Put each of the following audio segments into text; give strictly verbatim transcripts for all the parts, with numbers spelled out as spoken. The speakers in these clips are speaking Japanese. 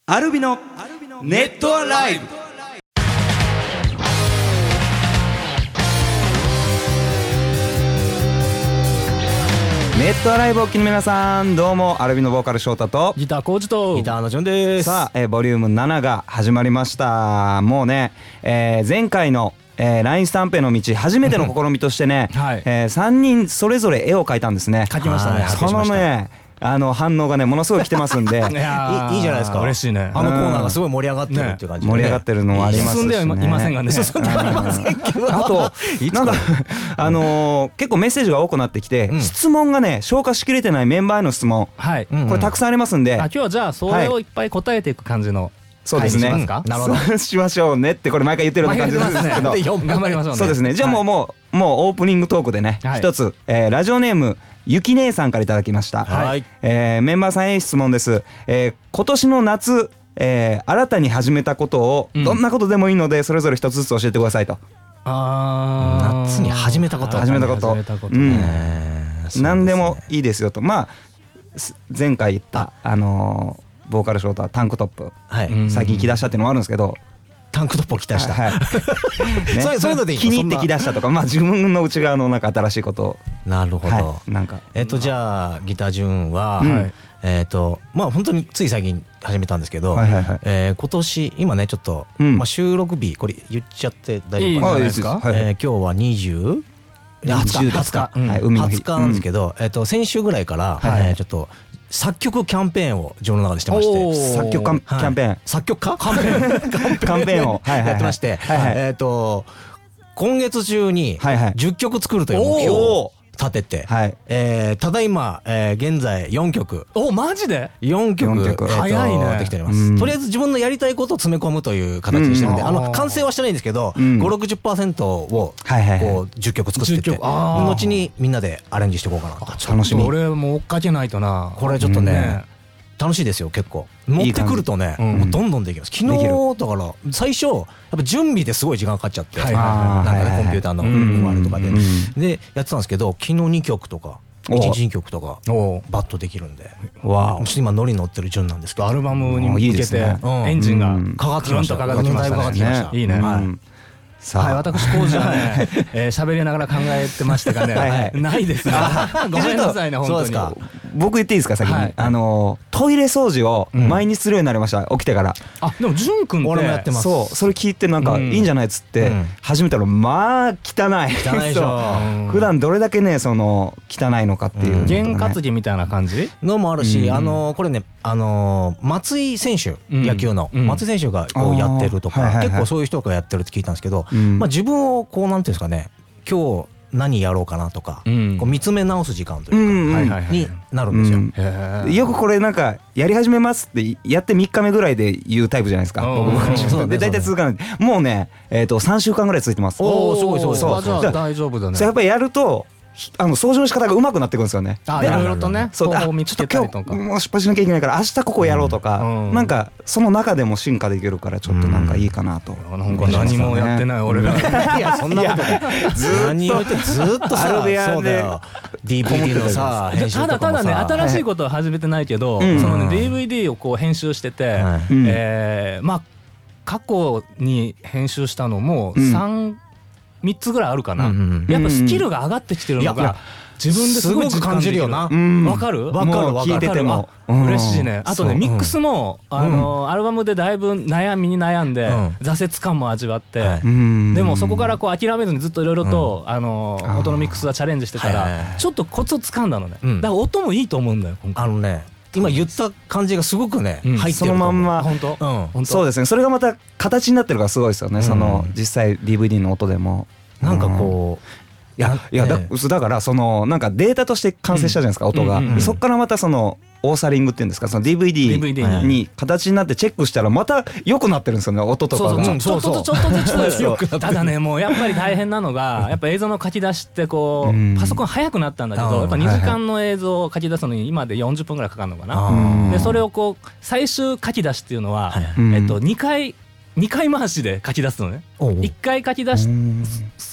アルビのネットアライブ。ネットアライブをお聞きの皆さん、どうもアルビのボーカル翔太とギターコウジとギターのジョンです。 さあ、えー、ボリュームななが始まりました。もうね、えー、前回のえー、ラインスタンプへの道初めての試みとしてね、 はいえー、さんにんそれぞれ絵を描いたんですね。 描きましたね。 そのねあの反応がねものすごい来てますんでいやいいいじゃないですか。 嬉しいね。 あのコーナーがすごい盛り上がってるっていう感じで、ね、 盛り上がってるのもありますしね。 進んではいませんがね。 進んではいませんけど、 あとなんかあのー、結構メッセージが多くなってきて、うん、質問がね消化しきれてないメンバーへの質問、はい、これたくさんありますんで、 あ今日はじゃあそれをいっぱい答えていく感じの、はい、 そうですね。 なるほど。 そうしましょうねってこれ毎回言ってるような感じなんですけど、 頑張りましょうね。 そうですね。じゃあもう、はい、もうもうオープニングトークでね一、はい、つ、えー、ラジオネームゆき姉さんからいただきました。はい。えー、メンバーさんへ質問です。えー、今年の夏、えー、新たに始めたことを、うん、どんなことでもいいのでそれぞれ一つずつ教えてくださいと。 あ夏に始めたこと。 始めたこと。うん。何でもいいですよと。まあ前回言ったあのー。ボーカルショートはタンクトップ、はい、最近着出したっていうのもあるんですけど、 タンクトップを着出した、はいね、そうそういうのでいいの。気に入って着出したとか、まあ自分の内側のなんか新しいことを。 なるほど、はい、なんかえっとじゃあギター順は、うん、えっとまあ本当につい最近始めたんですけど、はいはいはい、えー、今年今ねちょっと、うん、まあ収録日これ言っちゃって大丈夫かな。いいですか。えー、今日はにじゅうはつかはつか、うん、はい、海の日はつかなんですけど、うん、えっと先週ぐらいから、はい、えー、ちょっと作曲キャンペーンを自分の中でしてまして、 作曲キャンペーン、はい、 作曲家キャンペーンキャンペーンをやってまして、はいはい、えっと今月中にじゅっきょく作るという目標を立てて、はい、えー、ただいま、えー、現在よんきょく。 おマジでよんきょく、えー、と早いね。 できております。とりあえず自分のやりたいことを詰め込むという形にしてるんで、あの完成はしてないんですけど、うん、ごじゅう、ろくじゅっパーセント をこうじゅっきょく作ってて、後にみんなでアレンジしていこうかなと。 楽しみ。俺も追っかけないとな。 これちょっとね、うん楽しいですよ。結構持ってくるとね、もうどんどんできます。昨日だから最初やっぱ準備ですごい時間かかっちゃって、なんかねコンピューターのあれとかででやってたんですけど、昨日にきょくとかいちにちにきょくとかバッとできるんで、わあちょっと今ノリ乗ってる順なんですけど、 アルバムに向けてエンジンがかかってきました。 かかってきましたね。いいね。はい、私工事はねえ喋りながら考えてましたがね、はい、はい、ないですね。ごめんなさいね本当に。 僕言っていいですか先に、はい、あのトイレ掃除を毎日するようになりました、うん、起きてから。 あでも潤くんって俺もやってます。 そうそれ聞いてなんかいいんじゃないっつって始めたら、まあ汚い汚いでしょ普段どれだけねその汚いのかっていう、ね、 験担ぎみたいな感じのもあるし、うん、あのこれねあの松井選手、うん、野球の松井選手がこうやってるとか、はいはいはい、結構そういう人がやってるって聞いたんですけど、うん、まあ自分をこうなんていうんですかね、今日何やろうかなとか、うん、こう見つめ直す時間というかになるんですよ、 うん、よくこれなんかやり始めますってやってみっかめぐらいで言うタイプじゃないですか。で大体続かない。もうねえっとさんしゅうかんぐらい続いてます。 おおすごいすごい。そうじゃあ大丈夫だね。 やっぱりやるとあの掃除の仕方が上手くなってくるんですよね。 あいろいろとね。 そうだ。ちょっと今日もう失敗しなきゃいけないから明日ここやろうとか、うん、なんかその中でも進化できるからちょっとなんかいいかなと。 うん、なんか何もやってない俺が。 いやそんなことない。ずっとずっとさそうだよ。ディーブイディー のさ編集とかもさ。 ただただね新しいことは始めてないけど、そのね ディーブイディー をこう編集してて、えまあ過去に編集したのもさんみっつぐらいあるかな、うんうん、やっぱスキルが上がってきてるのが自分ですごい感じるよな。わかる？ わかるわかる。 聞いてても嬉しいね。あとねミックスもあのアルバムでだいぶ悩みに悩んで挫折感も味わって、でもそこからこう諦めずにずっといろいろとあの音のミックスはチャレンジしてたらちょっとコツをつかんだのね。だから音もいいと思うんだよ。 あのね今言った感じがすごくね、うん、入ってると思う。そのまんま本当、 うん、そうですね。それがまた形になってるからすごいですよね、うん、その実際 ディーブイディー の音でもなんかこう、 いやいやだだからそのなんかデータとして完成したじゃないですか、うん、音が、うんうんうん、そっからまたそのオーサリングっていうんですか、その ディーブイディー に形になってチェックしたらまた良くなってるんですよね、音とかが。 そうそうちょっとずつちょっとずつですよ。ただねもうやっぱり大変なのがやっぱ映像の書き出しってこうパソコン早くなったんだけど、やっぱにじかんの映像を書き出すのに今でよんじゅっぷんぐらいかかるのかな。でそれをこう最終書き出しっていうのはえっとにかいにかい回しで書き出すのね。いっかい書き出す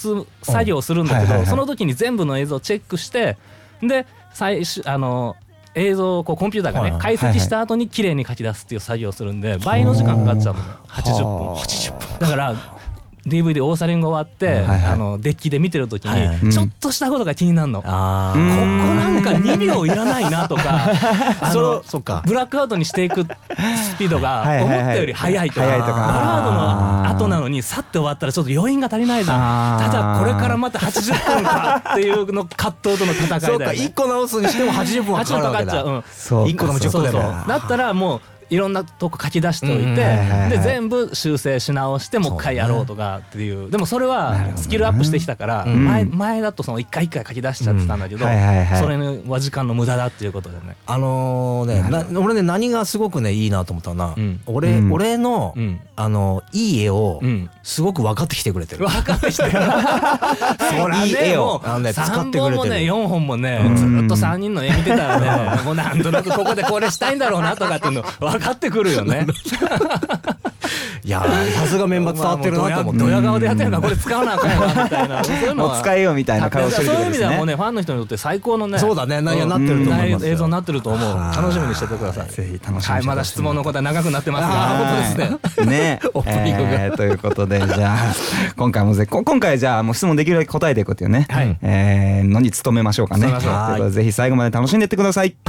作業をするんだけど、その時に全部の映像をチェックして、で最終あの映像をこうコンピューターがね解析した後に綺麗に書き出すっていう作業をするんで倍の時間かかっちゃうのよ。はちじゅっぷんはちじゅっぷんだから ディーブイディー オーサリング終わって、はいはい、あのデッキで見てる時に、はいはい、ちょっとしたことが気になるの、うん、あここなんかにびょういらないなとかあのそっかブラックアウトにしていくスピードが思ったより速いとか、はいはいはい、バラードの後なのにさって終わったらちょっと余韻が足りないじゃん。ただこれからまたはちじゅっぷんかっていうの葛藤との戦いだよね。そうかいっこ直すにしてもはちじゅっぷんはかかるわけだ。はちじゅっぷんかかっちゃう、うん、いっこでもじゅっこでもだったらもういろんなとこ書き出しておいて、で全部修正し直してもう一回やろうとかっていう。でもそれはスキルアップしてきたから前前だとその一回一回書き出しちゃってたんだけど、それは時間の無駄だっていうことでね。 あのね俺ね何がすごくねいいなと思ったのは俺俺のあのいい絵をすごく分かってきてくれてる。 分かってきてる。そらねもうさんぼんもねよんほんもねずっとさんにんの絵見てたらねもうなんとなくここでこれしたいんだろうなとかっていうの分かってくるよね。 いやさすがメンバー伝わってるなと思って、 ドヤ顔でやってるからこれ使わなあかんわみたいな、そういうのはもう使えよみたいな顔してるそういう意味ではもうねファンの人にとって最高のねそうだねなってると思います映像になってると思う。楽しみにしててください。 ぜひ楽しみにしてください。 はい、まだ質問の答え長くなってますが本当ですね。 ねオープニングがということでじゃあ今回もぜ今回じゃあもう質問できるだけ答えていくっていうねのに努めましょうかね。ということでぜひ最後まで楽しんでいってください。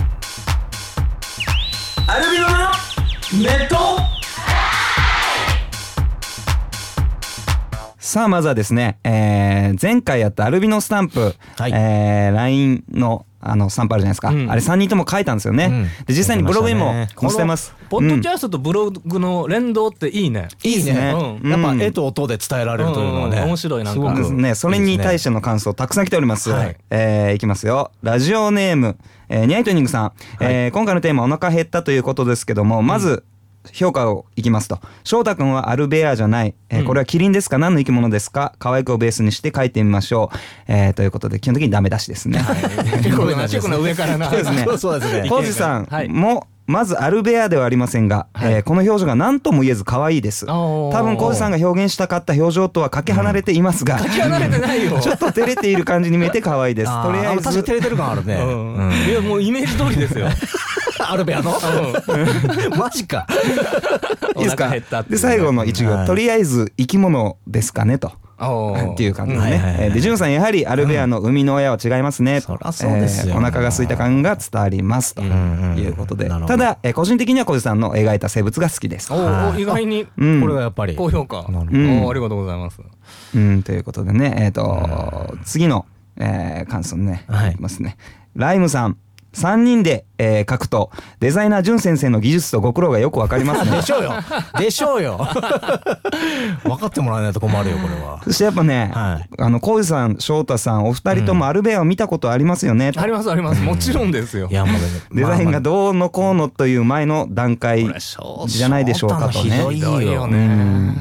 アルビノのネット。さあまずはですね、えー、前回やったアルビノスタンプ、はいえー、ライン のあのスタンプあるじゃないですか、うん、あれさんにんとも書いたんですよね、うん、で実際にブログにも載せてます。 ポッドキャストとブログの連動っていいね、 うん、いいね、うん、やっぱ絵と音で伝えられるというのはね、うん、 面白いなんかすごくね。それに対しての感想たくさん来ております、はいえー、いきますよ。ラジオネーム、えー、ニャイトニングさん、はいえー、今回のテーマお腹減ったということですけども、まず、うん評価をいきますと、翔太くんはアルベアじゃない、えーうん、これはキリンですか、何の生き物ですか、可愛くをベースにして書いてみましょう、えー、ということで基本的にダメ出しですね。 結構な結構な上からな。 そうですね。そうですね。コウジさんもまずアルベアではありませんが、はいえー、この表情が何とも言えず可愛いです。多分コウジさんが表現したかった表情とはかけ離れていますが、 かけ離れてないよ。 ちょっと照れている感じに見えて可愛いです。とりあえず確かに照れてる感あるね、うんうん、いやもうイメージ通りですよ。 アルベアの、うん、マジか。 いいですか。で最後の一行、はい、とりあえず生き物ですかねとっていう感じですね。でジュンさんやはりアルベアの生みの親は違いますね、うん、そりゃそうですよ、えー、お腹が空いた感が伝わりますということで、ただ、えー、個人的には小路さんの描いた生物が好きです。 お意外に、 うん、これはやっぱり高評価、うん、おありがとうございます、 うん、ということでね、えーと次の、えー、感想ね、はい、いきますね。ライムさん、さんにんで、えー、書くとデザイナー淳先生の技術とご苦労がよくわかりますね。 でしょうよでしょうよ分かってもらえないと困るよこれは。 そしてやっぱね、はい、あの浩司さん翔太さんお二人ともアルベアを見たことありますよね、 うん、ありますあります、もちろんですよ。 いやもう、ね、 デザインがどうのこうのという前の段階じゃないでしょうかとね。 ひどいよね、うん、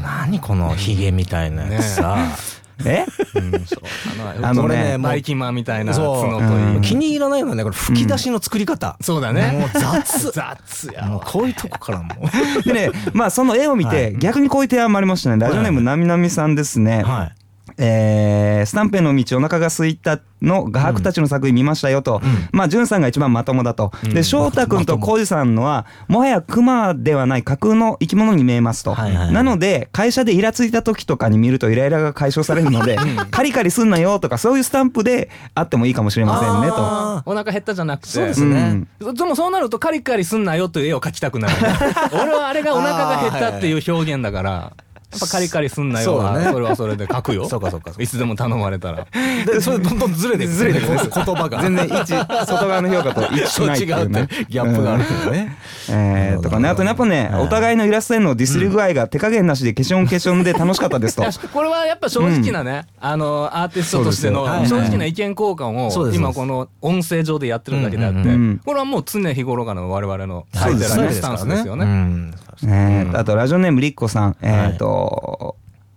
何このヒゲみたいなやつさ、ねえ、 うん、そうあのねマイキマみたいな角といい、 気に入らないのはねこれ吹き出しの作り方、 そうだね、 もう雑雑やもうこういうとこからもでね、まあその絵を見て逆にこういう提案もありましたね。ラジオネームなみなみさんですね、はい、えー、スタンプへの道お腹が空いたの画伯たちの作品見ましたよと、うん、まあ淳さんが一番まともだと、うん、で翔太君と浩司さんのはもはやクマではない架空の生き物に見えますと、はいはいはい、なので会社でイラついた時とかに見るとイライラが解消されるのでカリカリすんなよとかそういうスタンプであってもいいかもしれませんねと。 お腹減ったじゃなくて、 そうですね、 うん、でもそうなるとカリカリすんなよという絵を描きたくなる俺はあれがお腹が減ったっていう表現だからやっぱカリカリすんなよは そ,、ね、それはそれで書くよ。 そうかそうか、 いつでも頼まれたら。 でそれどんどんずれていくずれていく言葉が全然一外側の評価と一致しないっていうねギャップがあるけどね、 うん、えー、とかね、あとねやっぱね、お互いのイラストへのディスり具合が手加減なしでケションケションで楽しかったですとこれはやっぱ正直なね、うん、あのアーティストとしての正直な意見交換を今この音声上でやってるだけであって、これはもう常日頃からの我々の最低なスタンスですよね。あとラジオネームリッコさん、えーと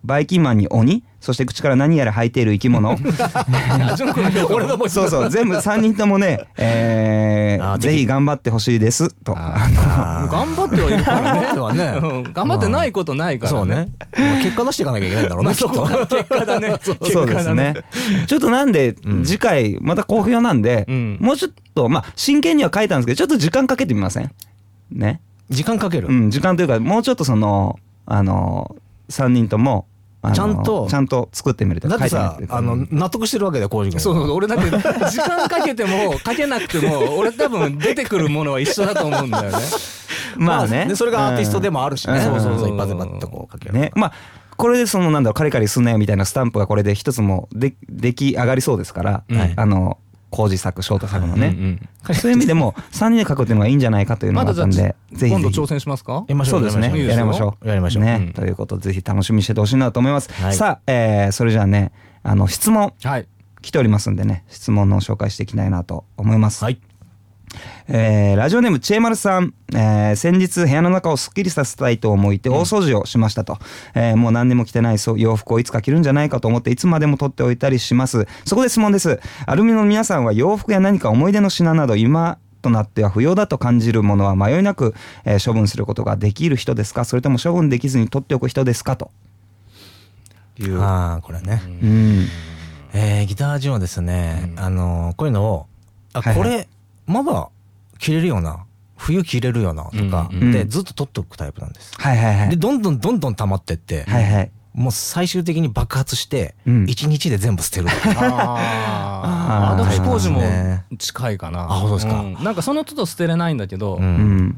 バイキンマンに鬼、そして口から何やら吐いている生き物俺のそうそう全部さんにんともね、えー、ぜひ頑張ってほしいですと。 頑張ってはいるからね頑張ってないことないからね。そうね、 結果出していかなきゃいけないんだろうね。 結果だね。 そうですね。ちょっとなんで次回また好評なんで、もうちょっとまあ真剣には書いたんですけど、ちょっと時間かけてみませんね。 時間かける、 うん、時間というかもうちょっとそのあのさんにんともちゃんとちゃんと作ってみると。 だってさ、あの納得してるわけだよ浩司君。 そうそう、俺だって時間かけてもかけなくても俺多分出てくるものは一緒だと思うんだよね。 まあね、 それがアーティストでもあるしね。 そうそうそう、 一発でバッとこうかけるね。まあこれでそのなんだろう、カリカリすんなよみたいなスタンプがこれで一つもで出来上がりそうですから、あの浩司作、翔太作のね、そういう意味でもさんにんで書くっていうのがいいんじゃないかというのがあったんで、ぜひ今度挑戦しますか。 そうですね、やりましょうやりましょうね。ということでぜひ楽しみにしててほしいなと思います。さあそれじゃあね、あの質問来ておりますんでね、質問の紹介していきたいなと思います。はい。えー、ラジオネームちえまるさん、えー、先日部屋の中をすっきりさせたいと思いて大掃除をしましたと、うん、えー、もう何年も着てない洋服をいつか着るんじゃないかと思っていつまでも取っておいたりします。そこで質問です。アルミの皆さんは洋服や何か思い出の品など今となっては不要だと感じるものは迷いなく、えー、処分することができる人ですか、それとも処分できずに取っておく人ですかという。ああこれね、うん、えー、ギタージュンはですね、うん、あのー、こういうのをあ、はいはい、これまだ着れるような、冬着れるようなとか、うんうん、でずっと取っておくタイプなんです。はいはいはい。でどんどんどんどん溜まってって、はいはい、もう最終的に爆発して一日で全部捨てる。 ああ、私工事も近いかな。 あ、そうですか。 うん、なんかその都度捨てれないんだけど、うん、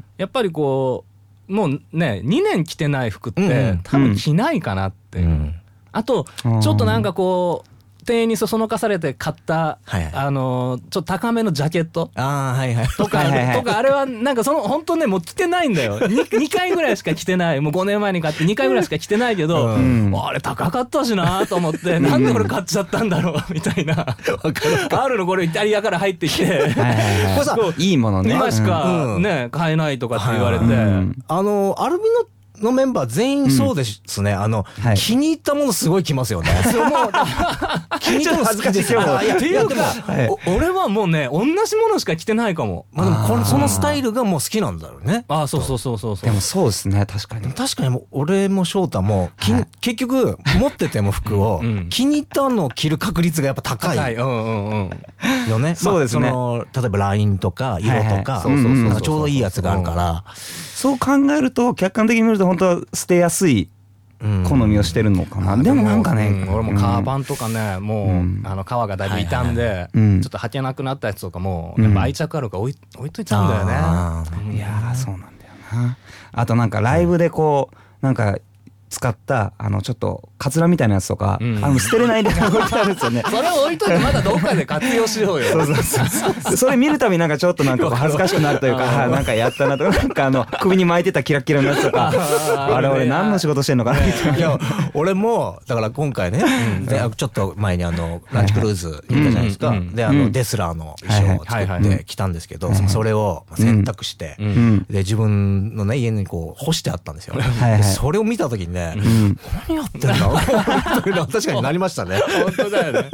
やっぱりこうもうねにねん着てない服って、うん、多分着ないかなっていう。うん、あとちょっとなんかこう。店員にそそのかされて買った、はいはい、あのー、ちょっと高めのジャケットあ、はいはい、 とかとかあれはなんかその本当ねもう着てないんだよ。 2, にかいぐらいしか着てない。もうごねんまえに買ってにかいぐらいしか着てないけど、うん、あれ高かったしなと思って、うん、なんでこれ買っちゃったんだろうみたいな。あるのこれイタリアから入ってきてはいはい、はい、 これさいいものね今しかね、うん、買えないとかって言われて、はいはい、うん、 あのアルミののメンバー全員そうですね、うん、あの、はい、気に入ったものすごい着ますよね。そうもう気に入ったもの好きですよ。 っていうか、はい、俺はもうね同じものしか着てないかも。 まあでもこのそのスタイルがもう好きなんだろうね。 ああそうそうそうそうそう。 でもそうですね、確かに確かにもう俺も翔太も、はい、結局持ってても服を、うん、気に入ったのを着る確率がやっぱ高い、高い、うんうんうん、よね。 そうですね、 まあ、その例えばラインとか色とかちょうどいいやつがあるから、 そう考えると客観的に見ると本当は捨てやすい好みをしてるのかな、うん、でもなんかね、 うん、俺もカーバンとかね、もう、うん、あの皮がだいぶ傷んで、はいはい、ちょっと履けなくなったやつとかもやっぱ愛着あるから置い、置いといちゃうんだよね、 うん、いやーそうなんだよな。あとなんかライブでこうなんか使ったあのちょっとカツラみたいなやつとか、うん、あの捨てれないで置いてあるんですよね。 それを置いといてまだどっかで活用しようよ。そうそうそうそれ見るたびになんかちょっとなんか恥ずかしくなるというかなんかやったなとか、なんかあの首に巻いてたキラキラのやつとかあれ俺何の仕事してんのかなみたいな。いや俺もだから今回ね、うん、でちょっと前にあのランチクルーズ行ったじゃないですか、うん、であのデスラーの衣装を作ってきたんですけど、それを洗濯して、うん、で自分のね家にこう干してあったんですよ、はいはい、それを見た時にね、うん、何やってんだというのは確かになりましたね。 本当だよね。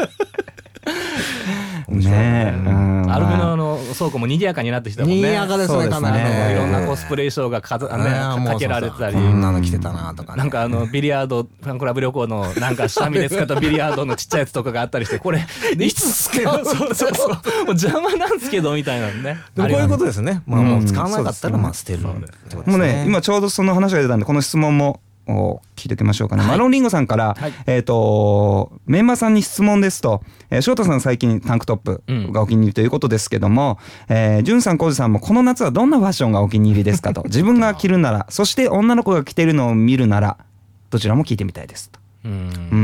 ねえ、うん、 アルミのの倉庫も賑やかになってきたもんね。 賑やかですね、かなりね。 いろんなコスプレ衣装がか、ね、かけられてたり、こんなの着てたなとか、ね、 なんかあのビリヤードファンクラブ旅行のなんか下見で使ったビリヤードのちっちゃいやつとかがあったりして、これいつ使うそうそうそうもう邪魔なんですけどみたいなのね。 でもこういうことですね。まあもう使わなかったらまあ捨てる。もうね今ちょうどその話が出たんでこの質問もを聞いておきましょうかね、はい、マロンリンゴさんから、はい、えっ、ー、とメンマさんに質問ですと、えー、翔太さん最近タンクトップがお気に入りということですけども、うん、えー、ジュンさんコウジさんもこの夏はどんなファッションがお気に入りですかと自分が着るならそして女の子が着てるのを見るならどちらも聞いてみたいですと。うん、うん、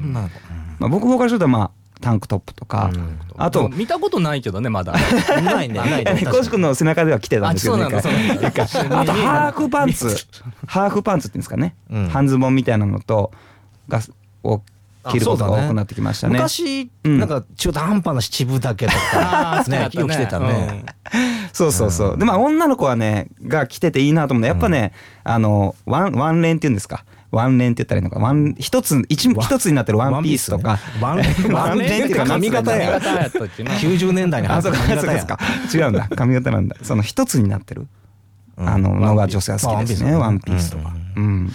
まあ、僕からするとまあタンクトップとか、うん、あと見たことないけどねまだないねないね。 コウジ君の背中では着てたんですけど、ね、 あ, そうなんだあとハーフパンツハーフパンツっていうんですかね、うん、半ズボンみたいなのとがを着ることが多くなってきましたね。 昔なんか中途半端な七分丈とかねよく着てたね。 そうそうそう。でまあ女の子はねが着てていいなと思うのやっぱねあのワンワンレンっていうんですか。ワンレンって言ったらいいのかワン一つ一一つになってるワンピースとかワンレンワンレンっていうか髪型やきゅうじゅうねんだいにあそうかそうですか違うんだ髪型なんだその一つになってるあののが女性は好きですねワンピースとか。うん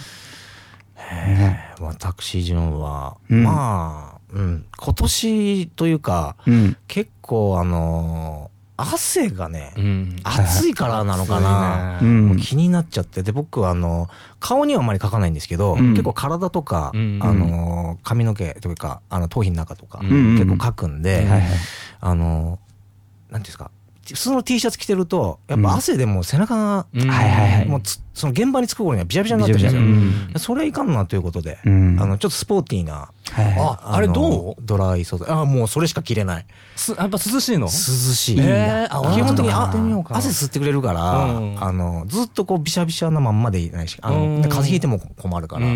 私順はまあ今年というか結構あの汗がね、うん、暑いからなのかな、ね、もう気になっちゃってで僕はあの顔にはあまり描かないんですけど、うん、結構体とか、うん、あの髪の毛というかあの頭皮の中とか、うん、結構描くんで、うん、あのなんていうんですか普通の T シャツ着てるとやっぱ汗でもう背中が、うん、もうその現場に着く頃にはビシャビシャになってるんですよ、うん、それはいかんなということで、うん、あのちょっとスポーティーな、 はい、あ, あれどうドライ素材あもうそれしか着れないすやっぱ涼しいの涼しい、 えー、あ基本的にあ汗吸ってくれるから、うん、あのずっとこうビシャビシャなまんまでいないしあの、うん、風邪ひいても困るから、うん、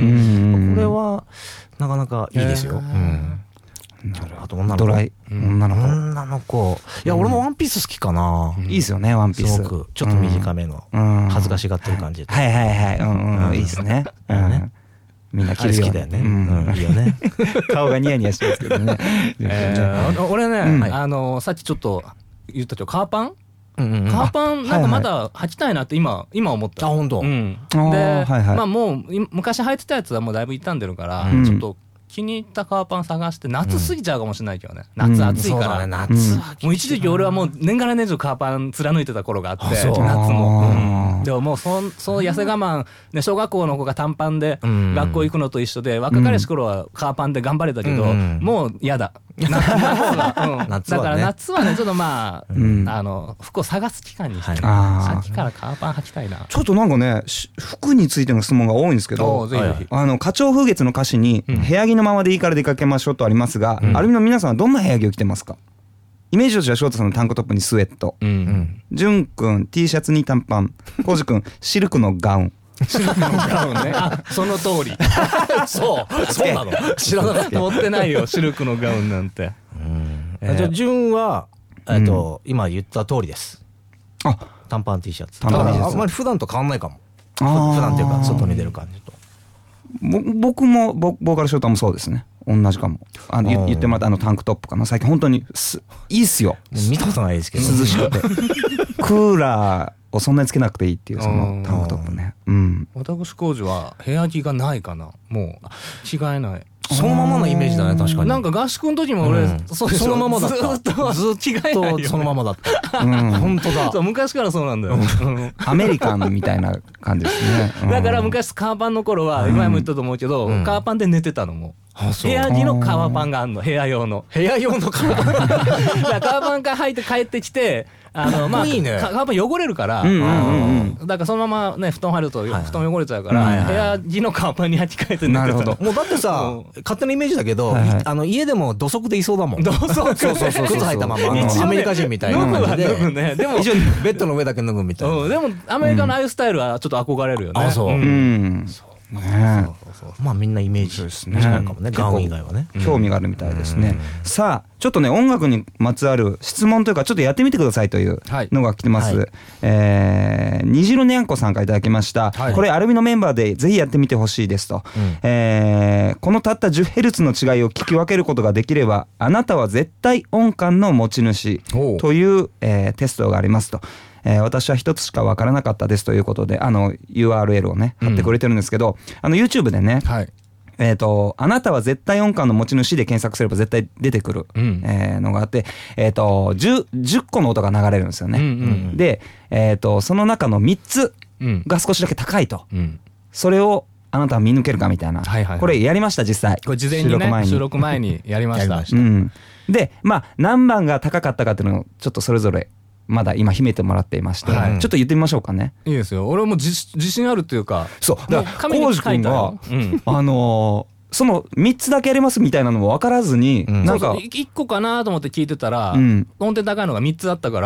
これはなかなかいいですよ、えーうんあと女の子ドライ女の子女の子いや俺もワンピース好きかな。 いいですよねワンピースすごくちょっと短めの恥ずかしがってる感じではいはいはいうんうんいいですねみんな着る好きだよねいいよね顔がニヤニヤしてますけどね俺ねあのさっきちょっと言ったけどカーパンカーパンなんかまだ履きたいなって今今思った。 あ本当。 でまあもう昔履いてたやつはもうだいぶ傷んでるからちょっと気に入ったカーパン探して夏過ぎちゃうかもしれないけどね、うん、夏暑いから、 うんね、夏はもう一時期俺はもう年がら年中カーパン貫いてた頃があって夏も、うん、でももうそその痩せ我慢、ね、小学校の子が短パンで学校行くのと一緒で若かりし頃はカーパンで頑張れたけど、うん、もう嫌だ夏が、うん、夏はね、だから夏はねちょっとまあ、うん、あの服を探す期間にして、はい、秋からカーパン履きたいな。 ちょっとなんかね服についての質問が多いんですけどあの花鳥風月の歌詞に、うん、部屋着のままでいいから出かけましょうとありますが、うん、アルミの皆さんはどんな部屋着を着てますか？イメージとしては翔太さんのタンクトップにスウェット、うんうん、淳くん T シャツに短パン浩司くんシルクのガウンシルクのガウンねあその通りそうそうなの知らなかった持ってないよシルクのガウンなんて、 うんえー、じゃあ淳は、えーとうん、今言った通りです。 あ短パン T シャツだからあんまり普段と変わんないかも。普段っていうか外に出る感じと僕もボーカル翔太もそうですね同じかもあの言, 言ってもらったあのタンクトップかな最近本当にすいいっすよ見たことないですけど涼しくてクーラーをそんなにつけなくていいっていうそのタンクトップね、うん、 私工事は部屋着がないかなもう違いないそのままのイメージだね確かに。 なんか合宿の時も俺、うん、 そ, そのままだったずっとずっとそのままだった、うん、本当だそう昔からそうなんだよアメリカンみたいな感じですね、 うん、だから昔カーパンの頃は今も言ったと思うけど、うん、カーパンで寝てたのも部屋着のカーパンがあるの部屋用の部屋用のカーパンだカーパンから履いて帰ってきてあのまあいいねカーパン汚れるからだからそのままね布団入ると布団汚れちゃうから部屋着のカーパンに履き替えて寝てた。 もうだってさ勝手なイメージだけどあの家でも土足でいそうだもん。 土足そうそうそう靴履いたままアメリカ人みたいな感じで脱ぐねでもベッドの上だけ脱ぐみたいな。 でもアメリカのああいうスタイルはちょっと憧れるよね。 あそううんねまあみんなイメージ近いかもねガウン以外はね興味があるみたいですね。さあちょっとね音楽にまつわる質問というかちょっとやってみてくださいというのが来てます、はいえー、虹色ねやんこさんからいただきました、はい、これアルミのメンバーでぜひやってみてほしいですと、うんえー、このたった じゅっヘルツ の違いを聞き分けることができればあなたは絶対音感の持ち主という、えー、テストがありますと。えー、私は一つしか分からなかったですということであの ユーアールエル をね貼ってくれてるんですけど、うん、あの YouTube でね、はいえーと、あなたは絶対音感の持ち主で検索すれば絶対出てくる、うんえー、のがあって、えーと、10, じゅっこの音が流れるんですよね、うんうんうん、で、えーと、その中のみっつが少しだけ高いと、うん、それをあなたは見抜けるかみたいな、はいはいはい、これやりました実際これ事前にね収録前に、収録前にやりましたうん、でまあ何番が高かったかっていうのをちょっとそれぞれまだ今秘めてもらっていまして、はい、ちょっと言ってみましょうかね。 いいですよ俺も自信あるっていうかそうだから浩司君が、うん、あのー、そのみっつだけやりますみたいなのも分からずに、うん、なんかいっこかなと思って聞いてたら、うん、音程高いのがみっつあったから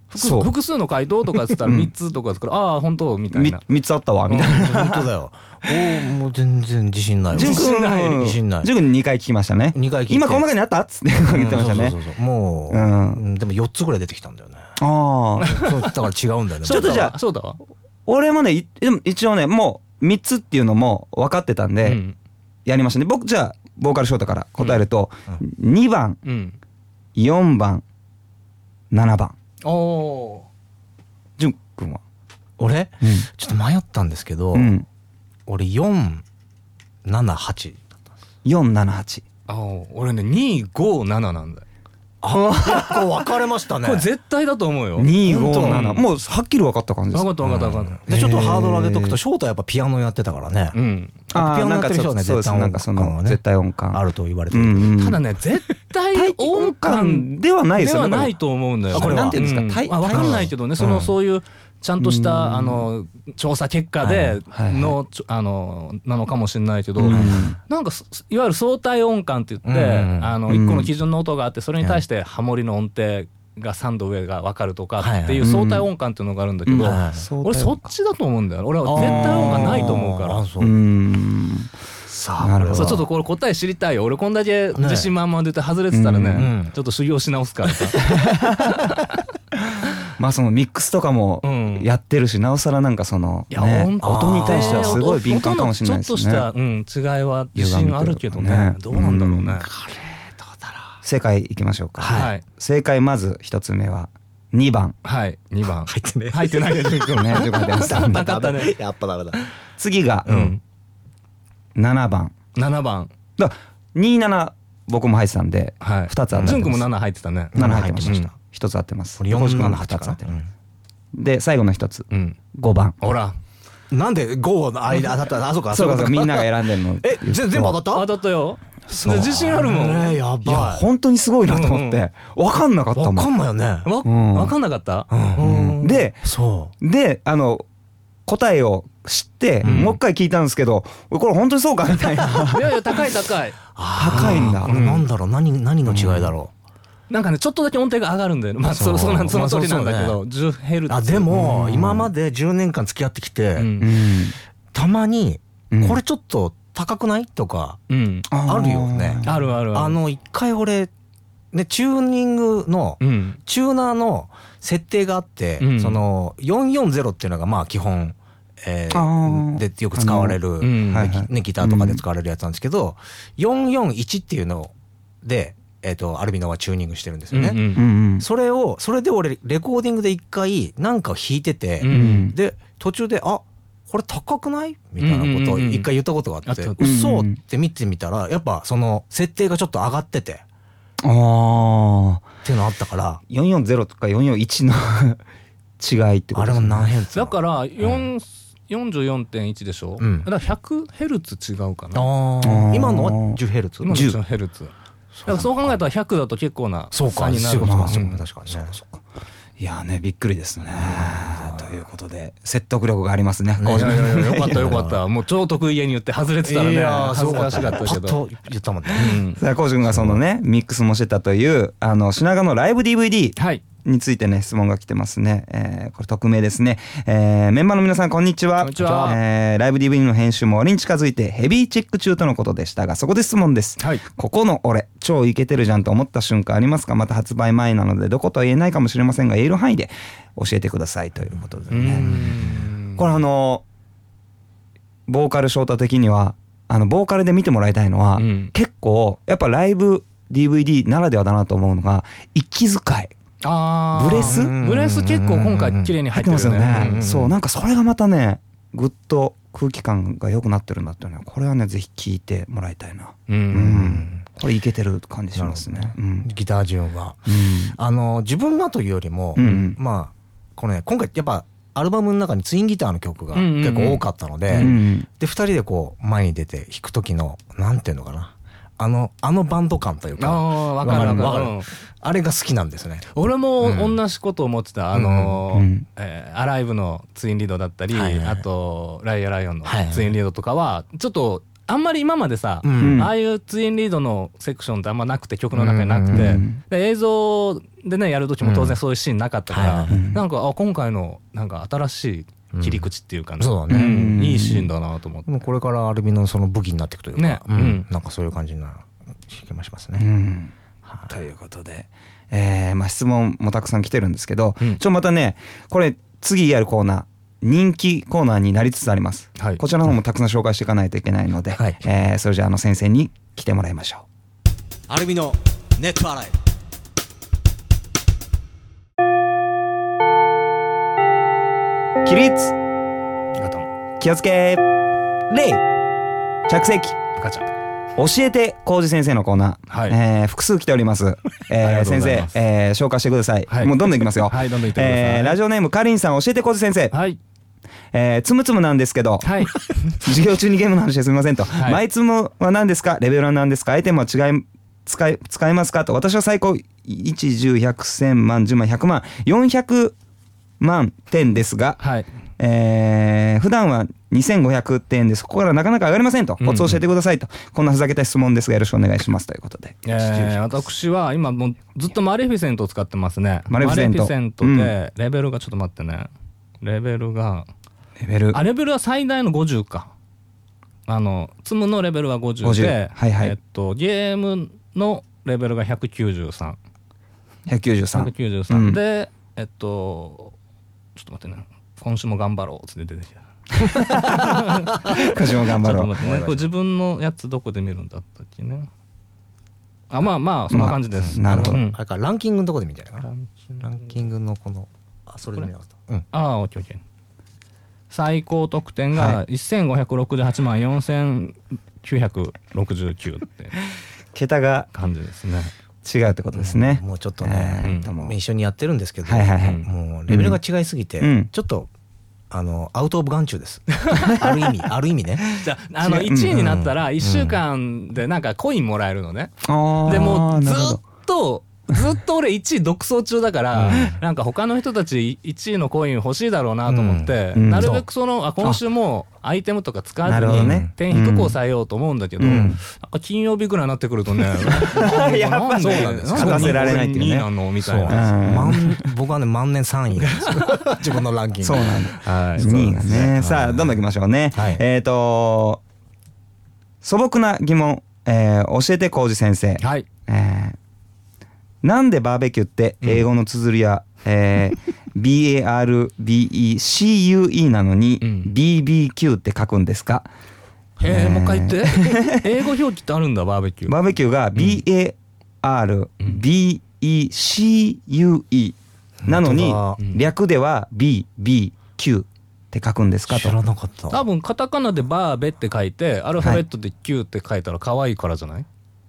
複, 複数の回答とかっつったらみっつとかっつったら、うん、ああ本当みたいなみ, みっつあったわみたいな、 うん、本当だよおもう全然自信ない自信ない自信ない。ににかい聞きましたね。にかい聞いて今この中にあったっつって言ってましたね。 そうそうそうそうもう、うん、でもよっつぐらい出てきたんだよね。ああだから違うんだよね。 ちょっとじゃあそうだわ俺もねでも一応ねもうみっつっていうのも分かってたんで、うん、やりましたね。僕じゃあボーカルショートから答えると、うん、にばん、うん、よんばんななばん。おお淳くんは俺、うん、ちょっと迷ったんですけど、うん、俺よんななはちだったんです。 よんななはち。 ああ俺ねにごなななんだよ。 ああ分かれましたね。 これ絶対だと思うよ。 にごななもうはっきり分かった感じです。 分かった分かった分かった。 でちょっとハードル上げとくと翔太やっぱピアノやってたからね。うん。ピアノやってる人はね絶対音感はね絶対音感あると言われてる。 ただね絶対音感ではないですよね。ではないと思うんだよ。 これなんていうんですか。 分かんないけどねそのそういうちゃんとしたあの調査結果でのあのなのかもしれないけど、なんかいわゆる相対音感って言ってあのいっこの基準の音があってそれに対してハモリの音程がさんど上が分かるとかっていう相対音感っていうのがあるんだけど、俺そっちだと思うんだよ。俺は絶対音感ないと思うから。さあなるほど。ちょっとこれ答え知りたいよ。俺こんだけ自信満々で言って外れてたらねちょっと修行し直すからさ。 まあそのミックスとかもやってるし、なおさらなんかその音に対してはすごい敏感かもしれないですね。 ちょっとした違いは自信あるけどね。どうなんだろうね。これどうだろう。 正解いきましょうか。はい正解まず一つ目はにばん。 はいにばん入ってね入ってないですね。 入ってました。 なかったね。 やっぱダメだ。 次がななばん。 ななばんだにじゅうなな僕も入ってたんでふたつあってます。 淳君もなな入ってたね。 なな入ってました。ひとつ合ってます。 よんななはちかな。 で最後のひとつごばん。 ほらなんでごの間当たった。あそうかそうかみんなが選んでるの。 え全部当たった？ 当たったよ。自信あるもん。 やばい。 いや本当にすごいなと思って分かんなかったもん。 分かんないよね。 分かんなかった。 でそうであの答えを知ってもう一回聞いたんですけどこれ本当にそうかみたいな。 いやいや高い高い高いんだ。 なんだろう何何の違いだろう。なんかねちょっとだけ音程が上がるんだよね。まあそそのその通りなんだけどじゅうヘルツ。 あでも今までじゅうねんかん付き合ってきてたまにこれちょっと高くないとかあるよね。 あるある。 あの一回俺ねチューニングのチューナーの設定があってそのよんよんゼロっていうのがまあ基本えー、でよく使われる、ね、ギターとかで使われるやつなんですけど、うん、よんよんいちっていうので、えーと、アルビノはチューニングしてるんですよね、うんうん、それをそれで俺レコーディングで一回なんかを弾いてて、うん、で途中であこれ高くないみたいなことを一回言ったことがあって、うんうんうん、嘘って見てみたらやっぱその設定がちょっと上がっててあーっていうのあったからよんよんゼロとかよんよんいちの違いってことですね。 あれも何ヘルツだからよん、うんよんじゅうよんてんいち でしょ、うん、だからひゃくヘルツ違うかな。 あ今のはじゅうヘルツ。 今のじゅうヘルツ。だからそう考えたらひゃくだと結構な差になる。 そうか、確かにね。 いやねびっくりですね。ということで説得力がありますね。 いやいやいやよかったよかった。もう超得意げに言って外れてたらね恥ずかしかったけど。 パッと言ったもんね。 さあこうじくんがそのねミックスもしてたというあの品川のライブ ディーブイディー。はいについてね質問が来てますね、えー、これ匿名ですね、えー、メンバーの皆さんこんにちは。こんにちは、えー、ライブ ディーブイディー の編集も終わりに近づいてヘビーチェック中とのことでしたがそこで質問です、はい、ここの俺超イケてるじゃんと思った瞬間ありますか。また発売前なのでどことは言えないかもしれませんが言える範囲で教えてくださいということでね。これあのボーカルショート的にはあのボーカルで見てもらいたいのは、うん、結構やっぱライブ ディーブイディー ならではだなと思うのが息遣い。あブレスブレス結構今回綺麗に入ってますよね。 そうなんかそれがまたねぐっと空気感が良くなってるんだっていうのはこれはねぜひ聞いてもらいたいな。うん、うん、これいけてる感じしますね。うん、 ギター順は、うん、あの自分がというよりも、うん、まあこのね今回やっぱアルバムの中にツインギターの曲が結構多かったので、うんうん、でふたりでこう前に出て弾く時のなんていうのかな。あの、あのバンド感というか。 ああ、わかるわかる。 あれが好きなんですね。 俺も同じこと思ってた。あの、アライブのツインリードだったり、あと、ライアライオンのツインリードとかは、ちょっと、 あんまり今までさ、うん、ああいうツインリードのセクションってあんまなくて曲の中になくて、うん、で映像でねやる時も当然そういうシーンなかったから、うん、なんかあ今回のなんか新しい切り口っていうかね、うん、そうだね、うん、いいシーンだなと思って。 もうこれからアルビのその武器になっていくというか、ね、うん、なんかそういう感じな気がしますね、うんはあ、ということで、えーまあ、質問もたくさん来てるんですけど、うん、ちょまたねこれ次やるコーナー人気コーナーになりつつあります、はい、こちらの方もたくさん紹介していかないといけないので、はい、えー、それじゃあの先生に来てもらいましょう。 アルミのネット洗い。 起立気をつけ礼着席ガチャ教えて浩二先生のコーナー、はい、えー、複数来ております、えー、先生、えー、紹介してください、はい、もうどんどんいきますよ、 はい、どんどんいってください、 えー、ラジオネームかりんさん教えて浩二先生、 はい、 えー、つむつむなんですけど、はい、授業中にゲームの話ですみませんと、はい、マイツムは何ですか、レベルは何ですか、アイテムは違い使い使えますかと。私は最高いち、じゅう、ひゃく、せんまん、じゅうまん、ひゃくまん、よんひゃくまんてんですが、はい、えー、普段はにせんごひゃくてんでそこからなかなか上がりませんと、コツを教えてくださいと、うんうん、こんなふざけた質問ですがよろしくお願いしますということで、 えー、私は今もうずっとマレフィセントを使ってますね。マレフィセント、マレフィセントでレベルがちょっと待ってね、レベルがレベルあレベルは最大のごじゅうか、あの積むのレベルはごじゅうで、はいはい、えっと、ゲームのレベルがひゃくきゅうじゅうさん、 ひゃくきゅうじゅうさん、 ひゃくきゅうじゅうさん、うん、でえっとちょっと待ってね、今週も頑張ろうって出てきた今週も頑張ろう。 ちょっと待ってね、これ自分のやつどこで見るんだったっけね。あ、まあまあそんな感じです、 まあ、なるほど、うん、 あれかランキングのとこで見たいな、ランキングのこのあそれで見ますと、 うん、ああオッケーオッケー。最高得点がせんごひゃくろくじゅうはちまんよんせんきゅうひゃくろくじゅうきゅうって桁が感じですね。 違うってことですね、 うん、もうちょっとね、えーうん、一緒にやってるんですけど、はいはいはい、もうレベルが違いすぎて、うん、ちょっとあのアウトオブ眼中ですある意味ある意味ね。 じゃあ、あのいちいになったらいっしゅうかんでなんかコインもらえるのね、うん、でもうずっとずっと俺いちい独走中だから、うん、なんか他の人たちいちいのコイン欲しいだろうなと思って、うん、なるべくそのあ今週もアイテムとか使わずに点低く抑えようと思うんだけど、うん、なんか金曜日ぐらいになってくるとねやっぱそうなんです、勝たせられないっていうね、にいなのみたいな、 僕はね万年さんいなんですよ自分のランキング。 そうなんだ、はい、にいがね。さあどんどんいきましょうね、はい、えっ、ー、と素朴な疑問、えー、教えて浩二先生、はい、えーなんでバーベキューって英語の綴りは、うん、えー、ビーエーアールビーイーシーユーイー なのに、うん、ビービーキュー って書くんですか。 へえ、もう一回言って英語表記ってあるんだ。バーベキューバーベキューが ビーエーアールビーイーシーユーイー なのに、うん、略では ビービーキュー って書くんですかと。 知らなかった。 多分カタカナでバーベって書いてアルファベットでキューって書いたら可愛いからじゃない、はい、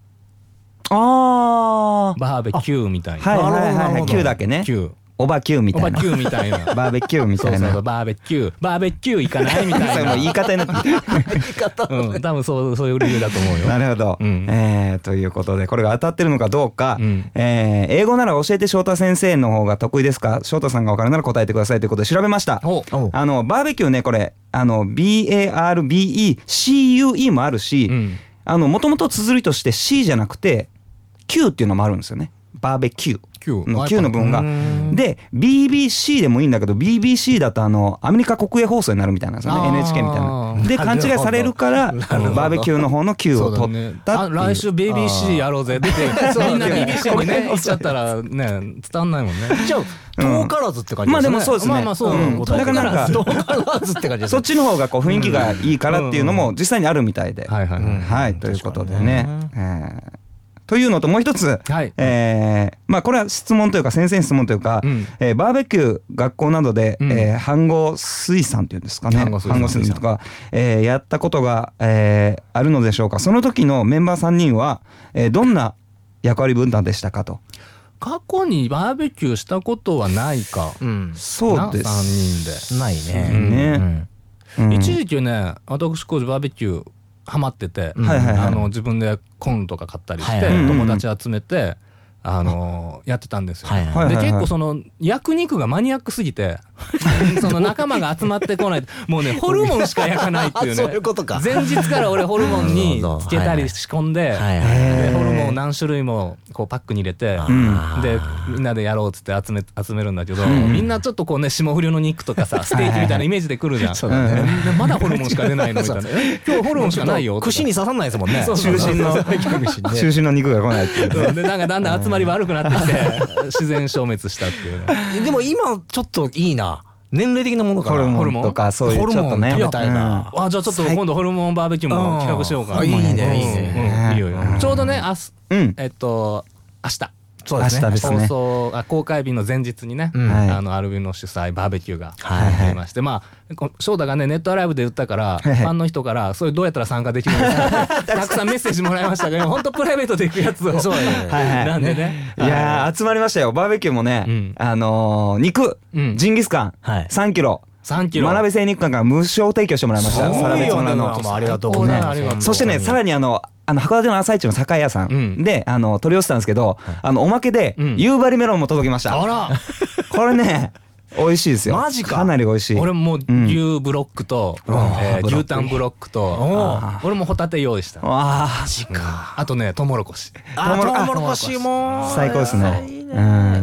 あーバーベキューみたいな。 はいはいはいはい、キューだけね。 キューオバキューみたいな。 オバキューみたいな。 バーベキューみたいな。 そうそうバーベキューバーベキュー行かないみたいな。 それもう言い方になって言い方、うん、多分そうそういう理由だと思うよ。 なるほど、うん、えー、ということでこれが当たってるのかどうか、うん、えー、英語なら教えて翔太先生の方が得意ですか、翔太さんが分かるなら答えてくださいということで調べました。あのバーベキューね、これあの ビーエーアールビーイーシーユーイー もあるし、うん、あのもともと綴りとして C じゃなくてQ っていうのもあるんですよね。バーベキューの Q の部分がで ビービーシー でもいいんだけど ビービーシー だとあのアメリカ国営放送になるみたいなんですよね。 エヌエイチケー みたいなで勘違いされるからバーベキューの方の Q を取ったっていう、 来週 ビービーシー やろうぜ出てみんな ビービーシー にね行っちゃったらね伝わんないもんね。 じゃあ遠からずって感じですね。 まあでもそうですね。 まあまあそう、うん、 だからなんか遠からずって感じです。 そっちの方がこう雰囲気がいいからっていうのも実際にあるみたいで、はいはいはいということでね、えーというのともう一つ、はい、えー、まあこれは質問というか先生に質問というか、うん、えー、バーベキュー学校などで、うん、えー、飯合水産っていうんですかね、飯合水産とか、えー、やったことが、えー、あるのでしょうか。その時のメンバーさんにんは、えー、どんな役割分担でしたかと。 過去にバーベキューしたことはないか、うん、 そうです。 さんにんでないね、 うんね、 うん、一時期ね私工事バーベキューハマってて、うん、あの自分でコンとか買ったりして、はいはいはい、友達集めてあのやってたんですよ、はいはい、で結構その焼肉がマニアックすぎてその仲間が集まってこないもうねホルモンしか焼かないっていうねそういうことか。 前日から俺ホルモンにつけたり仕込んで、はいはい、でホルモンを何種類もこうパックに入れて、うん、でみんなでやろうっつって集め集めるんだけど、うん、みんなちょっとこうね霜降りの肉とかさステーキみたいなイメージで来るじゃん、はいはいはい、でまだホルモンしか出ないのみたいな今日ホルモンしかないよ串に刺さんないですもんね。 中心の中心の肉が来ないっていう、ね、 でなんかだんだん集まり悪くなってきて自然消滅したっていうね。 でも今ちょっといいな、年齢的なものかな、 ホルモンとかそういうちょっとね食べたいな、 うん、あじゃあちょっと今度ホルモンバーベキューも企画しようかな。 いいねいいね、 うん、いいよいいよ、ちょうどねあす、うん、えっと明日そうですね、 明日ですね、 放送あ公開日の前日にね、うん、あのアルビノ主催バーベキューがありまして、はい、まあ翔太がねネットアライブで言ったから、はいはい、ファンの人からそれどうやったら参加できるんですかたくさんメッセージもらいましたけど本当プライベートで行くやつをそう、ね、なんでね、 いやー集まりましたよ。バーベキューもね、うん、あのー、肉、うん、ジンギスカン、はい、さんキロさんキロ真鍋精肉館から無償提供してもらいました。 サラベツ村のありがとうございます。 そしてねさらにあのあの函館の朝市の酒屋さんで、うん、あの取り寄せたんですけど、はい、あのおまけで、うん、夕張メロンも届きました。 あらこれね美味しいですよ。 マジか。 かなり美味しい。 俺も牛ブロックと、うんえー、牛タンブロックと俺もホタテ用意した。 マジか。 あとねトウモロコシ。 あトウモロコシも最高ですね。うん、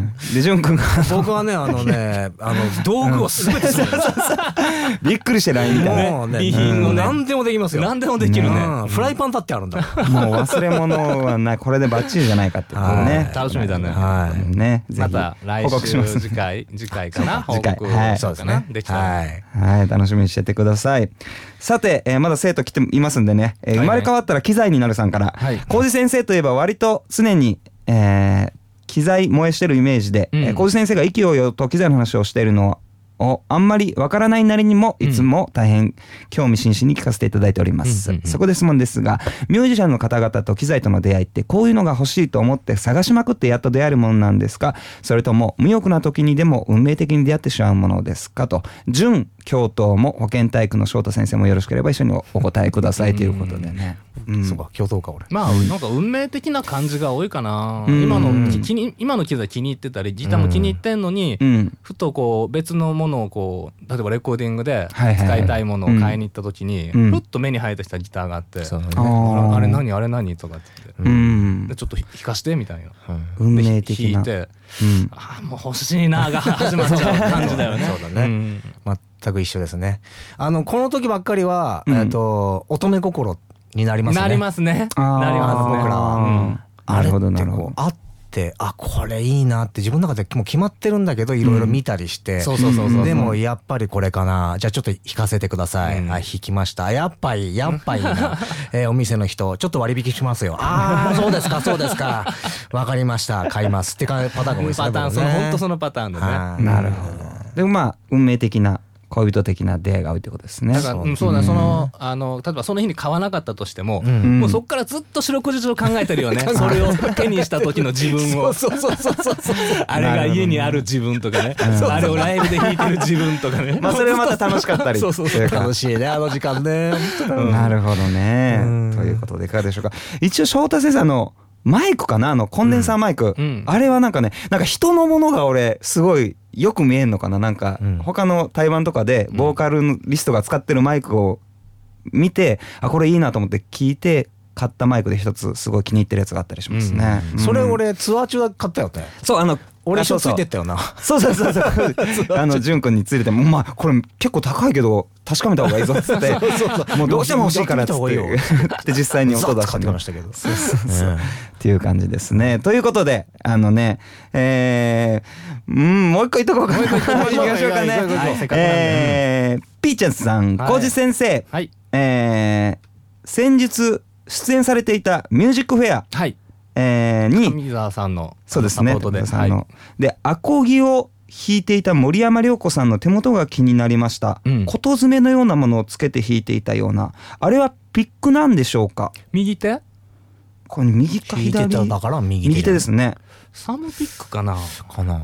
でジョン君が僕はねあのねあの道具をすべてするびっくりしてないみたいな、 ね、備品をね何でもできますよ。 何でもできるね、 うん、フライパン立ってあるんだもう忘れ物はないこれでバッチリじゃないかっていうことね。 楽しみだね。 はいねまた来週次回次回かな報告そうですねできたらはい、はい、楽しみにしててください。さて、えー、まだ生徒来ていますんでね、えー、生まれ変わったら機材になるさんから浩二先生といえば割と常に、えー機材燃えしてるイメージで、うんえー、浩二先生が意気揚々と機材の話をしているのをあんまりわからないなりにもいつも大変興味津々に聞かせていただいております、うんうんうん、そこで質問ですがミュージシャンの方々と機材との出会いってこういうのが欲しいと思って探しまくってやっと出会えるものなんですか、それとも無欲な時にでも運命的に出会ってしまうものですかと。準教頭も保健体育の翔太先生もよろしければ一緒にお答えくださいということでね。 うん、そうか教頭か俺。 まあなんか運命的な感じが多いかな。今の気に今の機材気に入ってたりギターも気に入ってんのに、うん、ふとこう別のものをこう例えばレコーディングで使いたいものを買いに行った時に、ふっと目に入ってきたギターがあって、うん、あ, あれ何あれ何とかって言って、うん、でちょっと弾かしてみたいな、 うん、運命的な弾いて、うん、あもう欲しいなが始まっちゃう感じだよね。 そうだね、うん、全く一緒ですね。あのこの時ばっかりは、うん、えーと乙女心になりますね。 なりますね。なりますね。 僕らは、うん、 なるほどなるほど。 あってあこれいいなって自分の中でもう決まってるんだけどいろいろ見たりして、 そうそうそうそう。 でもやっぱりこれかな。じゃあちょっと弾かせてください。うん、あ弾きました。やっぱりやっぱりな、えー、お店の人ちょっと割引しますよ。ああそうですかそうですか。わかりました買いますってかパターンが多いですね。 パターンその本当そのパターンでね。 なるほど。でもまあ運命的な。恋人的な出会いが多いってことですね。 だから、うん、そうだ、その、あの、例えばその日に買わなかったとしても、うん、もうそこからずっと四六時中考えてるよね。それを手にした時の自分を。 そうそうそうそうそう。 あれが家にある自分とかね。あれをライブで弾いてる自分とかね。 まあそれはまた楽しかったり。 そうそうそう。楽しいね、あの時間ね。 なるほどね。ということでいかがでしょうか。一応翔太先生のマイクかな、あのコンデンサーマイク、うん、あれはなんかねなんか人のものが俺すごいよく見えんのかな、なんか他の対バンとかでボーカルリストが使ってるマイクを見て、うん、あこれいいなと思って聞いて買ったマイクで一つすごい気に入ってるやつがあったりしますね、 うんうん、それ俺ツアー中で買ったよね。 そうあの俺一緒ついてったよな。 そうそうそうそうあの潤くんについててもまあこれ結構高いけど確かめた方がいいぞっつってもうどうしても欲しいからっつってで実際に音出してましたけどそうそうそうっていう感じですね。ということであのねえーうんもう一個言っとこうかな。もう一個言きましょうかね。えーピーちゃんさん浩二先生え先日出演されていたミュージックフェアはいえー、に上沢さんのそうですねサポートで、 はい、でアコギを弾いていた森山良子さんの手元が気になりました、うん、琴爪のようなものをつけて弾いていたようなあれはピックなんでしょうか。 右手これ右か左だから右手右手ですね。 サムピックかなかな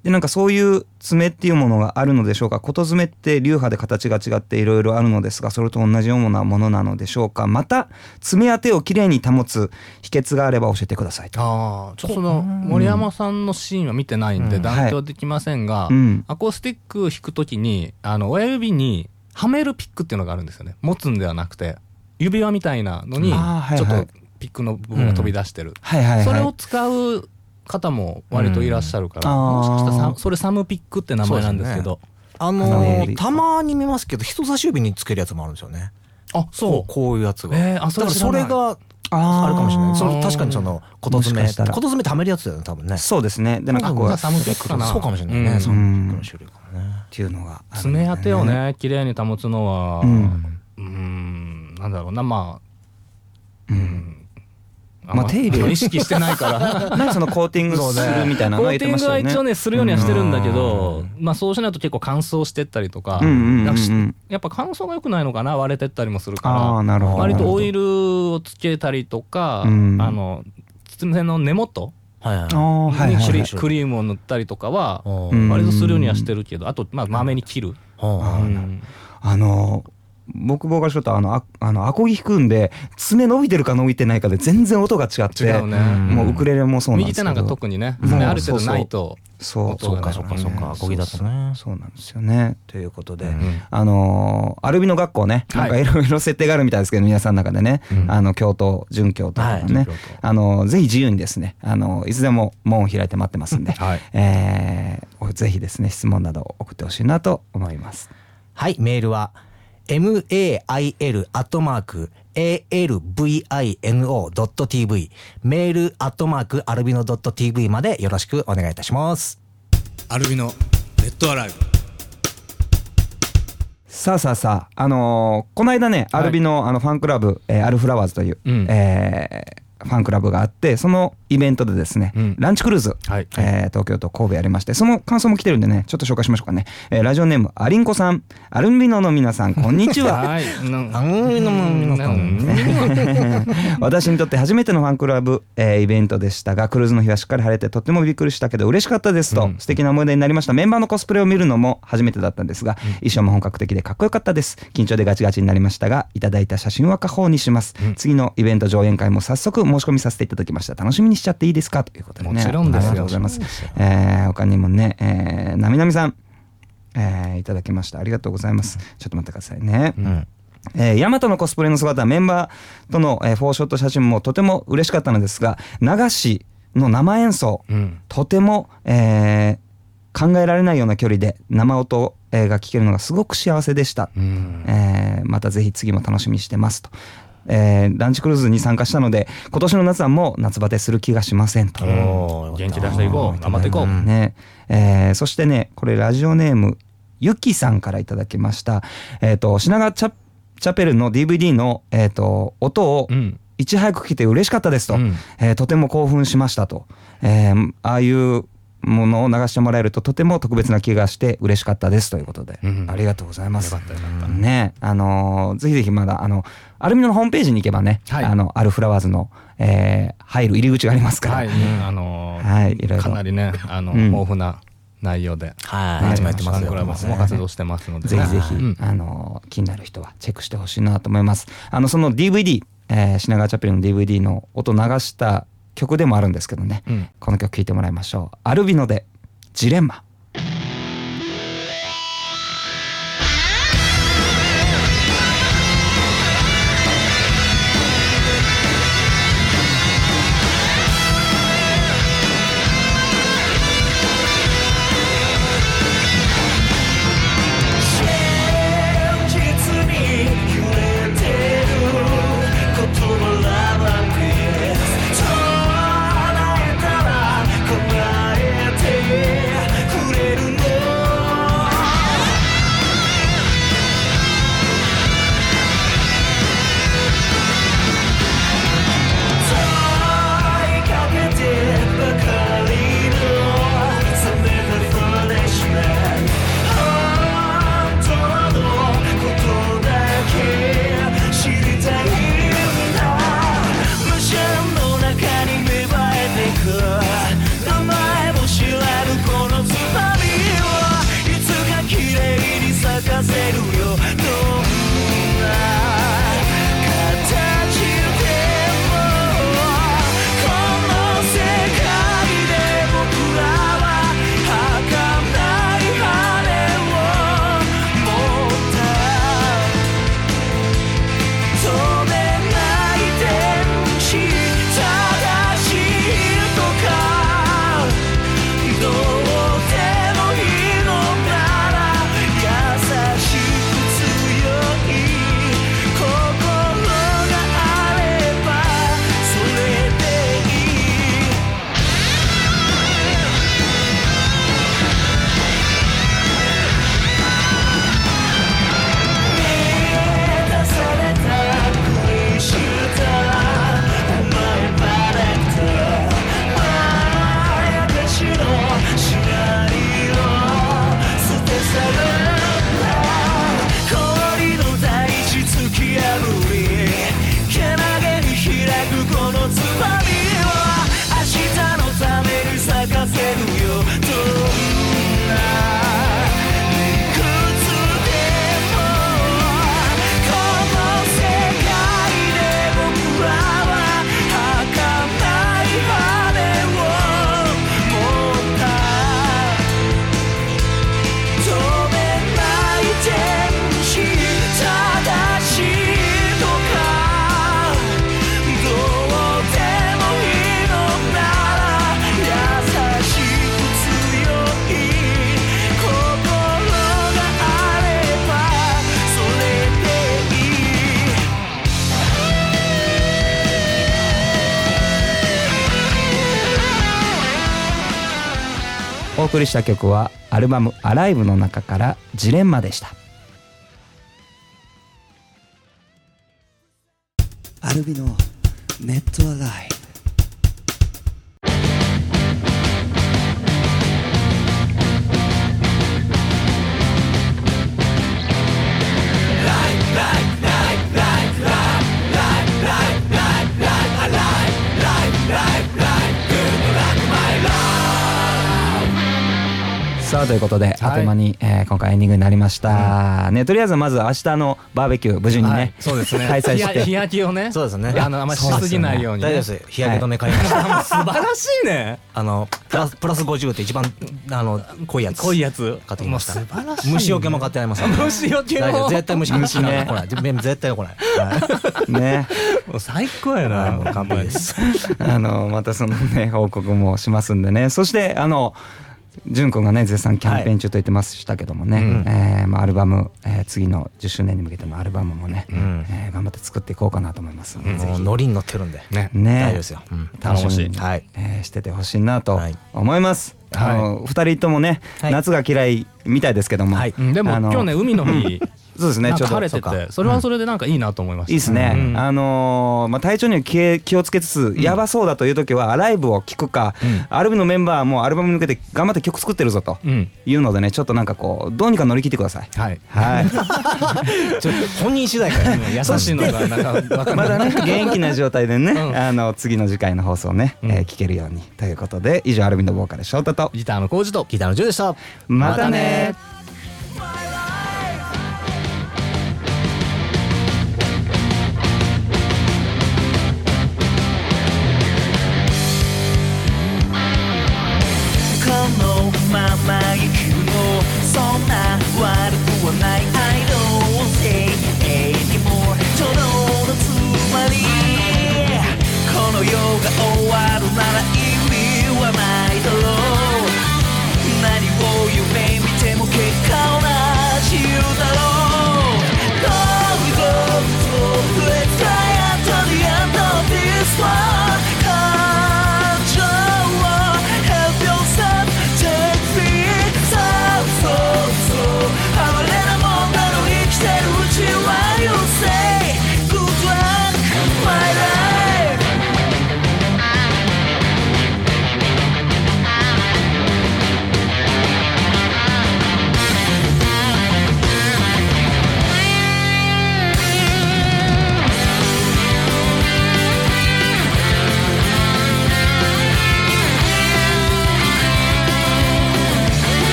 でなんかそういう爪っていうものがあるのでしょうか。琴爪って流派で形が違っていろいろあるのですが、それと同じようなものなのでしょうか。また爪当てをきれいに保つ秘訣があれば教えてくださいと。 あちょっとその森山さんのシーンは見てないんで断定できませんが、うんはい、アコースティック弾くときにあの親指にはめるピックっていうのがあるんですよね。持つんではなくて指輪みたいなのにちょっとピックの部分が飛び出してる、それを使う方も割といらっしゃるから、うん、もしかしたらそれサムピックって名前なんですけど、ね、 あのー、たまに見ますけど人差し指につけるやつもあるんですよね。 あそうこういうやつが、 えー、あそれだからそれがあるかもしれない。それ確かにその琴爪琴爪ってはめるやつだよね多分ね。 そうですね。でなんかこうサムピックかな。 そうかもしれないね、うん、サムピックの種類かもねっていうのが、ね、 爪当てをね綺麗に保つのは、うん、うーんなんだろうなまあうん、うんまあ、手入れを意識してないからなんかそのコーティングするみたいなのは言ってましたよね。 コーティングは一応ねするようにはしてるんだけど、うん、まあそうしないと結構乾燥してったりとか、うんうんうんうん、やっぱ乾燥が良くないのかな、割れてったりもするからあなるほど割とオイルをつけたりとか、うん、あの爪の根元にクリームを塗ったりとかは割とするようにはしてるけど、あとまあまめに切る、うんうん、あの僕ボーカルショットあのああのアコギ弾くんで爪伸びてるか伸びてないかで全然音が違って、違うね、もうウクレレもそうなんですけど右手なんか特にね爪ある程度ないとそうそうかそうかそうかアコギだとねそうなんですよね。ということで、うん、あのアルビノ学校ねなんかいろいろ設定があるみたいですけど、皆さんの中でね、うん、あの教頭准教とかね、はい、あのぜひ自由にですねあのいつでも門を開いて待ってますんで、はいえー、ぜひですね質問などを送ってほしいなと思います。 はい、メールはマイル アットマーク エーエルブイアイエヌオードットティーブイ メールアットマークアルビノドットティーブイ までよろしくお願いいたします。 アルビノネットアライブ。 さあさあさあ、あのー、この間ね、はい、アルビノあのファンクラブ、えー、アルフラワーズという、うんえーファンクラブがあって、そのイベントでですね、うん、ランチクルーズ、はいえー、東京と神戸やりまして、その感想も来てるんでねちょっと紹介しましょうかね、えー、ラジオネームアリンコさん、アルビノの皆さんこんにちははい私にとって初めてのファンクラブ、えー、イベントでしたが、クルーズの日はしっかり晴れてとってもびっくりしたけど嬉しかったですと、うん、素敵な思い出になりました。メンバーのコスプレを見るのも初めてだったんですが、うん、衣装も本格的でかっこよかったです。緊張でガチガチになりましたが、いただいた写真は家宝にします、うん、次のイベント上演会も早速申し込みさせていただきました。楽しみにしちゃっていいですかということでね。 もちろんですよ。 ありがとうございます。えー、他にもね、えー、なみなみさん、えー、いただきました。ありがとうございます。ちょっと待ってくださいね。うんえー、ヤマトのコスプレの姿、メンバーとの、えー、フォーショット写真もとても嬉しかったのですが、流しの生演奏、うん、とても、えー、考えられないような距離で生音が聴けるのがすごく幸せでした、うんえー、またぜひ次も楽しみにしてますと。えー、ランチクルーズに参加したので今年の夏はもう夏バテする気がしませんと。 元気出していこう、頑張っていこう、 ねえー、そしてねこれラジオネームゆきさんからいただきました、えー、と品川チャ、チャペルの ディーブイディー の、えー、と音をいち早く聞いて嬉しかったですと、うんえー、とても興奮しましたと、えー、ああいうものを流してもらえるととても特別な気がして嬉しかったですということで、うん、ありがとうございます。 よかったよかったね、あのー、ぜひぜひまだあのアルミノのホームページに行けばね、はい、あのアルフラワーズの、えー、入る入り口がありますから、はい、 あのーはい、いろいろかなりねあの、うん、豊富な内容で、 はい、いつもやってますよ。 僕も活動してますので、 ぜひぜひ、うん、あのー、気になる人はチェックしてほしいなと思います。あのその ディーブイディー、えー、品川チャペルの ディーブイディー の音流した曲でもあるんですけどね、うん、この曲聴いてもらいましょう。アルビノでジレンマ。 叶えたらこらえて送りした曲はアルバム「アライブ」の中から「ジレンマ」でした。 アルビのネットアライブ。 さあということで、はい、あっという間に、えー、今回エンディングになりました、うん、ね、とりあえずまず明日のバーベキュー無事にね、はい、 そうですね開催して日焼けをね、 そうですね、 あのあんまりしすぎないように、ね、 大丈夫です。日焼け止め買いました、 はい、素晴らしいね。 あのプラスプラスごじゅうって一番あの濃いやつ濃いやつ買ってきました。 素晴らしい、ね、 虫除けも買ってあります。 虫除けも絶対虫虫ね来ない絶対来ない、はい、 ね、 もう最高やな、はい、もう完璧です。 あのまたそのね報告もしますんでね。そしてあの淳君がね絶賛キャンペーン中と言ってましたけどもね、はい、えーまあ、アルバム、えー、次のじゅっしゅうねんに向けてのアルバムもね、うん、えー、頑張って作っていこうかなと思いますので、 うん、もうノリに乗ってるんでね、 ね、 大丈夫ですよ、うん、 楽しみに、はい、えー、しててほしいなと思います、はい、あのふたりともね、はい、夏が嫌いみたいですけども、はい、 でも今日ね海の日そうですね、 ちょっと晴れてて、それはそれでなんかいいなと思いました。 いいですね、うん、あのーまあ、体調には気気をつけつつ、うん、やばそうだという時はライブを聴くか、うん、アルバムのメンバーはもうアルバムに向けて頑張って曲作ってるぞというのでね、ちょっとなんかこうどうにか乗り切ってください。 はい、 はい、 ちょ本人次第から、ね、 優しいのがなんか分かんないまだね元気な状態でね、うん、あの次の次回の放送をね、うん、えー、聞けるようにということで、以上アルビのボーカル翔太とギターのコウジとギターのジョーでした。 またね。